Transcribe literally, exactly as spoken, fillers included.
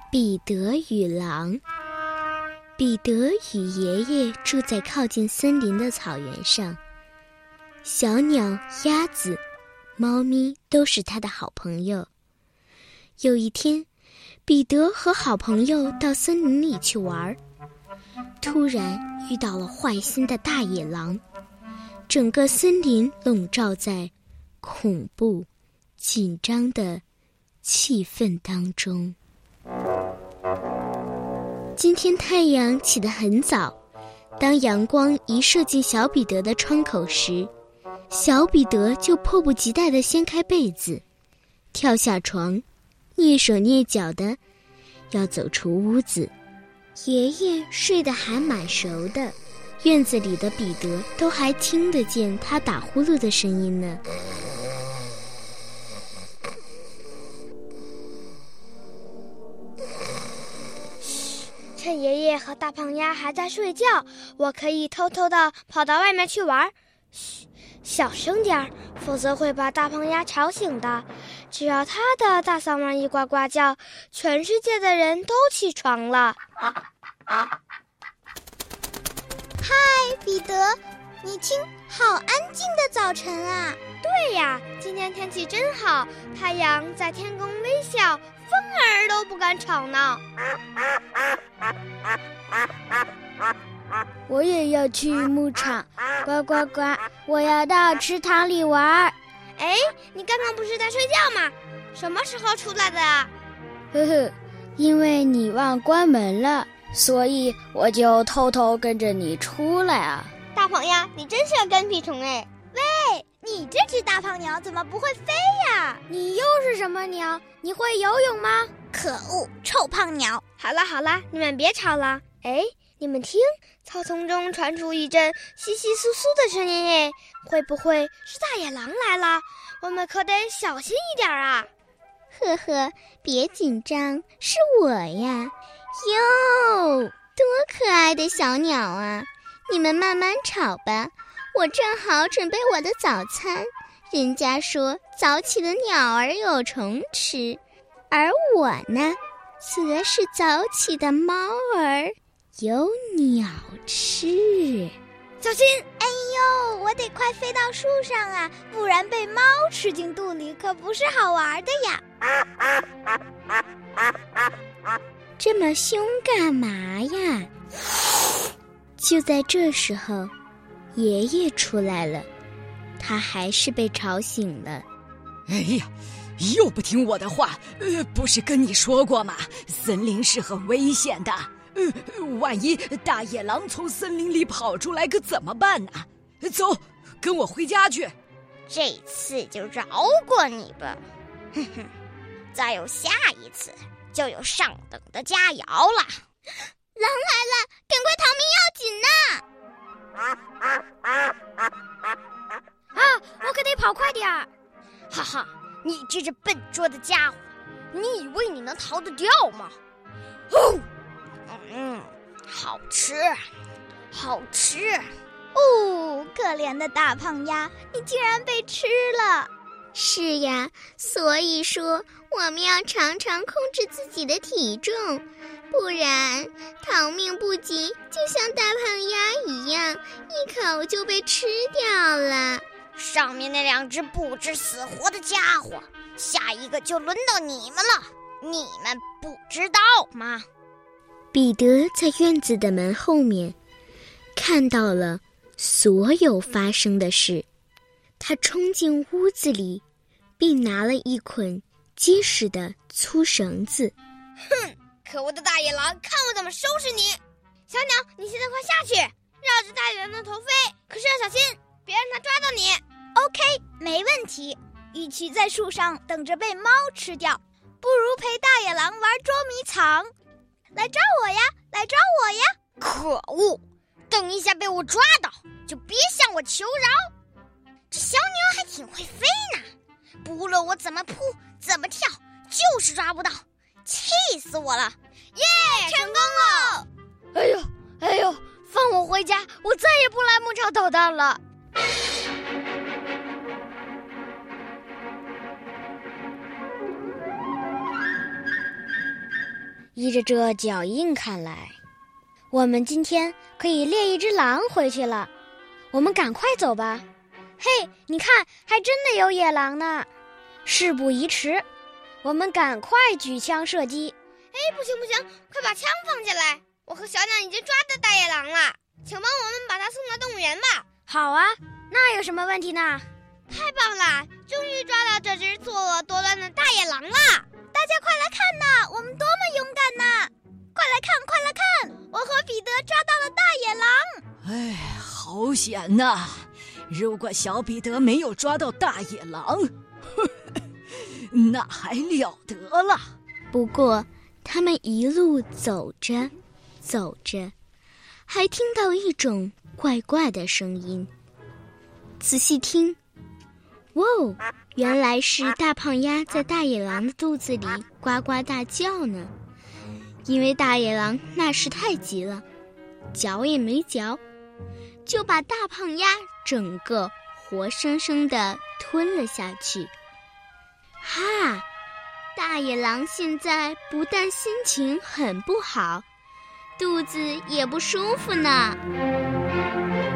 彼得与狼。彼得与爷爷住在靠近森林的草原上，小鸟、鸭子、猫咪都是他的好朋友。有一天，彼得和好朋友到森林里去玩，突然遇到了坏心的大野狼，整个森林笼罩在恐怖、紧张的气氛当中。今天太阳起得很早，当阳光一射进小彼得的窗口时，小彼得就迫不及待地掀开被子，跳下床，蹑手蹑脚的要走出屋子。爷爷睡得还蛮熟的，院子里的彼得都还听得见他打呼噜的声音呢。 趁爷爷和大胖丫还在睡觉，我可以偷偷地跑到外面去玩。嘘，小声点儿，否则会把大胖丫吵醒的。只要他的大嗓门一呱呱叫，全世界的人都起床了。 嗨，彼得，你听，好安静的早晨啊！ 对呀，今天天气真好，太阳在天空微笑，风儿都不敢吵闹。 我也要去牧场，呱呱呱！我要到池塘里玩。 哎，你刚刚不是在睡觉吗？什么时候出来的啊？ 呵呵，因为你忘关门了，所以我就偷偷跟着你出来啊。 大胖丫，你真是个跟屁虫哎！ 喂，你这只大胖鸟怎么不会飞呀？ 你又是什么鸟？你会游泳吗？ 可恶，臭胖鸟！ 好啦好啦，你们别吵了。哎，你们听，草丛中传出一阵窸窸窣窣的声音哎，会不会是大野狼来了？我们可得小心一点啊！ 呵呵，别紧张，是我呀！哟，多可爱的小鸟啊！你们慢慢吵吧，我正好准备我的早餐。人家说早起的鸟儿有虫吃，而我呢，则是早起的猫儿有鸟吃。 小心！ 哎呦，我得快飞到树上啊，不然被猫吃进肚里可不是好玩的呀。 这么凶干嘛呀？就在这时候，爷爷出来了，他还是被吵醒了。 哎呀，又不听我的话，呃，不是跟你说过吗？森林是很危险的，呃，万一大野狼从森林里跑出来，可怎么办呢？走，跟我回家去。 这次就饶过你吧，哼哼，再有下一次，就有上等的佳肴了。 狼来了，赶快逃命要紧呐！ 啊，我可得跑快点儿！ 哈哈，你这只笨拙的家伙，你以为你能逃得掉吗？ 哦，嗯，好吃，好吃。哦，可怜的大胖丫，你竟然被吃了！ 是呀，所以说我们要常常控制自己的体重，不然逃命不及，就像大胖丫一样，一口就被吃掉了。 上面那两只不知死活的家伙，下一个就轮到你们了，你们不知道吗？ 彼得在院子的门后面看到了所有发生的事，他冲进屋子里，并拿了一捆结实的粗绳子。 哼，可恶的大野狼，看我怎么收拾你！小鸟，你现在快下去，绕着大野狼的头飞，可是要小心，别让它抓到你。 OK， 没问题。与其在树上等着被猫吃掉，不如陪大野狼玩捉迷藏。来抓我呀，来抓我呀！ 可恶，等一下被我抓到，就别向我求饶。 这小鸟还挺会飞呢，不论我怎么扑怎么跳，就是抓不到，气死我了！ 耶，成功了！ 哎呦，哎呦，放我回家，我再也不来牧场捣蛋了。 依着这脚印看来，我们今天可以猎一只狼回去了。我们赶快走吧。 嘿，你看，还真的有野狼呢！ 事不宜迟，我们赶快举枪射击。 哎，不行不行，快把枪放下来！我和小鸟已经抓到大野狼了，请帮我们把它送到动物园吧。 好啊，那有什么问题呢？ 太棒了，终于抓到这只作恶多端的大野狼了！ 大家快来看呐，我们多么勇敢呐！快来看，快来看，我和彼得抓到了大野狼！ 哎，好险呐！如果小彼得没有抓到大野狼，呵呵，那还了得了。 不过他们一路走着走着，还听到一种怪怪的声音。仔细听，哇哦，原来是大胖鸭在大野狼的肚子里呱呱大叫呢。因为大野狼那时太急了，嚼也没嚼，就把大胖鸭整个活生生地吞了下去。哈！大野狼现在不但心情很不好，肚子也不舒服呢。